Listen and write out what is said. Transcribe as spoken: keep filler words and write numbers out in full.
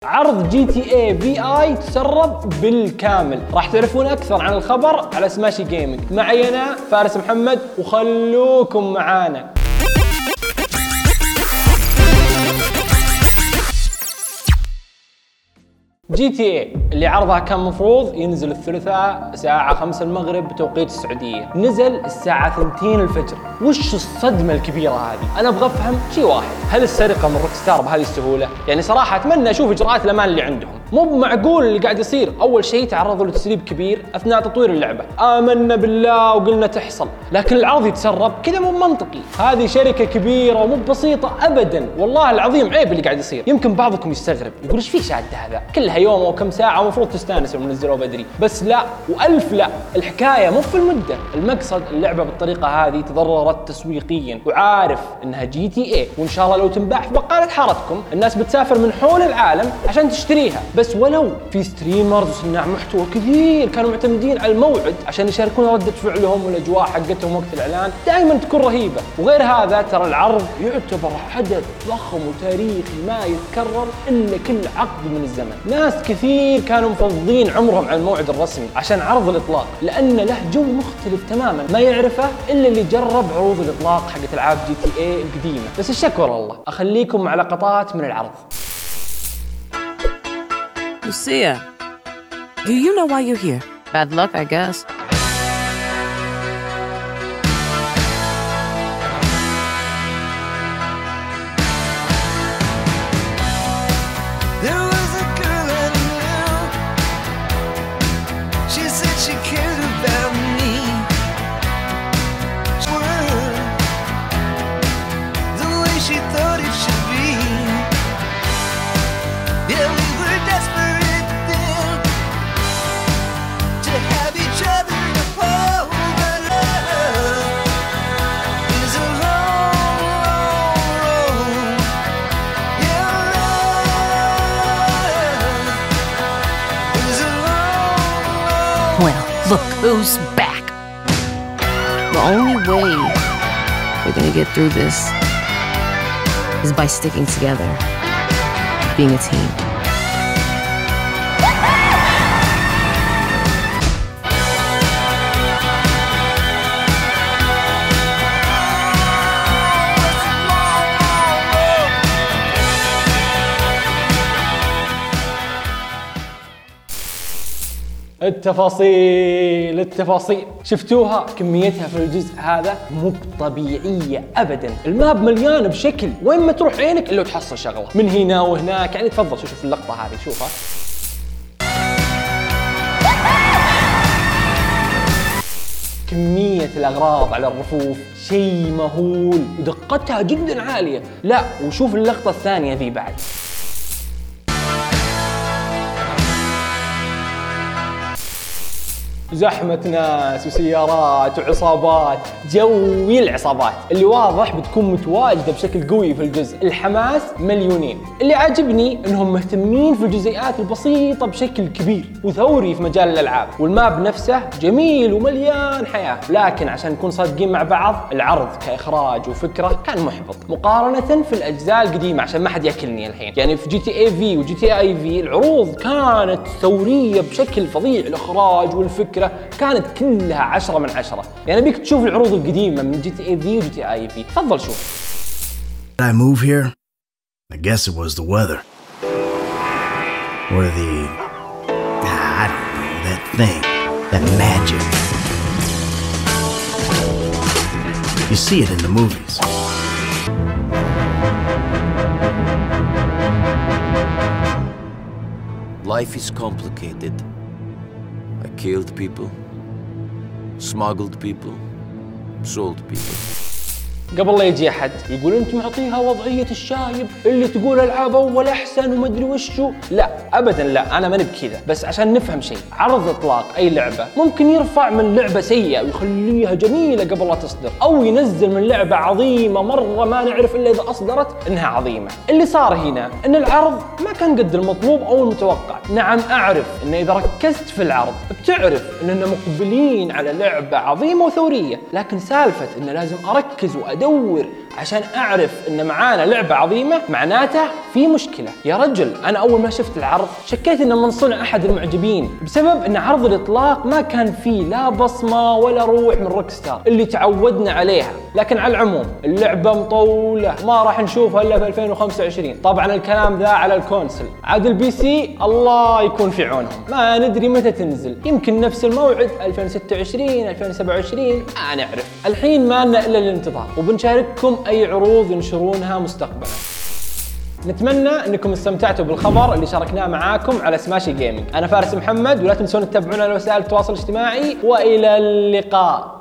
عرض جي تي اي في اي تسرب بالكامل. راح تعرفون اكثر عن الخبر على سماشي جيمنج. معي انا فارس محمد وخلوكم معانا. جي تي اي اللي عرضها كان مفروض ينزل الثلاثاء الساعة خمسة المغرب بتوقيت السعودية، نزل الساعة ثنتين الفجر. وش الصدمة الكبيرة هذه؟ أنا أبغى أفهم شيء واحد، هل السرقة من روكستار بهذه السهولة؟ يعني صراحة أتمنى أشوف إجراءات الأمان اللي عندهم. مو بمعقول اللي قاعد يصير. أول شيء تعرضوا لتسريب كبير أثناء تطوير اللعبة، آمنا بالله وقلنا تحصل، لكن العرض يتسرب كذا مو منطقي. هذه شركة كبيرة ومو بسيطة أبدا، والله العظيم عيب اللي قاعد يصير. يمكن بعضكم يستغرب يقول إيش في شاد هذا؟ كلها يوم أو كم ساعة ومفروض تستانس لو نزلوه بدري، بس لا وألف لا، الحكاية مو في المدة، المقصد اللعبة بالطريقة هذه تضررت تسويقيا، وعارف إنها جي تي اي وإن شاء الله لو تنباع في بقالة حارتكم الناس بتسافر من حول العالم عشان تشتريها. بس ولو في ستريمرز وصناع محتوى كثير كانوا معتمدين على الموعد عشان يشاركون ردة فعلهم والاجواء حقتهم وقت الاعلان دائما تكون رهيبة. وغير هذا ترى العرض يعتبر حدث ضخم وتاريخي ما يتكرر الا كل عقد من الزمن. ناس كثير كانوا مفضين عمرهم على الموعد الرسمي عشان عرض الاطلاق، لان له جو مختلف تماما ما يعرفه الا اللي جرب عروض الاطلاق حقت العاب جي تي اي القديمة. بس الشكر الله، اخليكم مع لقطات من العرض. Lucia, do you know why you're here? Bad luck, I guess. There was a girl I knew. She said she cared about me. She was the way she thought it should be. Yeah, we were desperate. Well, look who's back. The only way we're gonna get through this is by sticking together, being a team. التفاصيل التفاصيل شفتوها؟ كميتها في الجزء هذا مو طبيعية أبدا. الماب مليان بشكل وين ما تروح عينك إلا تحصل شغلة من هنا وهناك. يعني تفضل شوف اللقطة هذه، شوفها. كمية الأغراض على الرفوف شيء مهول ودقتها جدا عالية. لا وشوف اللقطة الثانية ذي بعد. زحمة ناس وسيارات وعصابات، جوي العصابات اللي واضح بتكون متواجدة بشكل قوي في الجزء. الحماس مليونين. اللي عاجبني انهم مهتمين في الجزئيات البسيطة بشكل كبير وثوري في مجال الالعاب، والماب نفسه جميل ومليان حياة. لكن عشان نكون صادقين مع بعض، العرض كاخراج وفكرة كان محبط مقارنة في الاجزاء القديمة، عشان ما حد ياكلني الحين. يعني في جي تي اي في وجي تي اي في العروض كانت ثورية بشكل فظيع، الاخراج والفكرة كانت كلها عشرة من عشرة. يعني بيك تشوف العروض القديمة من جي تي اي في وجي تي اي في. تفضل شوف. I move here? I guess it was the weather. Or the... I don't know, that thing. That magic. You see it in the movies. Life is complicated. I killed people, smuggled people, sold people. قبل لا يجي احد يقول انت معطيها وضعيه الشايب اللي تقول العاب اول احسن وما ادري وشو، لا ابدا لا، انا ماني بكذا. بس عشان نفهم شيء، عرض اطلاق اي لعبه ممكن يرفع من لعبه سيئه ويخليها جميله قبل لا تصدر، او ينزل من لعبه عظيمه مره ما نعرف الا اذا اصدرت انها عظيمه. اللي صار هنا ان العرض ما كان قد المطلوب او المتوقع. نعم اعرف ان اذا ركزت في العرض بتعرف اننا مقبلين على لعبه عظيمه وثوريه، لكن سالفه ان لازم اركز وادور عشان أعرف إن معانا لعبة عظيمة معناته في مشكلة. يا رجل أنا أول ما شفت العرض شكيت إنه من صنع أحد المعجبين، بسبب إن عرض الإطلاق ما كان فيه لا بصمة ولا روح من روكستار اللي تعودنا عليها. لكن على العموم اللعبة مطولة ما راح نشوفها إلا في ألفين وخمسة وعشرين. طبعا الكلام ذا على الكونسل، عاد البي سي الله يكون في عونهم، ما ندري متى تنزل، يمكن نفس الموعد ألفين وستة وعشرين ألفين وسبعة وعشرين ما نعرف. الحين ما لنا إلا الانتظار، وبنشارككم أي عروض ينشرونها مستقبلا. نتمنى انكم استمتعتوا بالخبر اللي شاركناه معاكم على سماشي جيمنج. انا فارس محمد، ولا تنسون تتابعونا على وسائل التواصل الاجتماعي، والى اللقاء.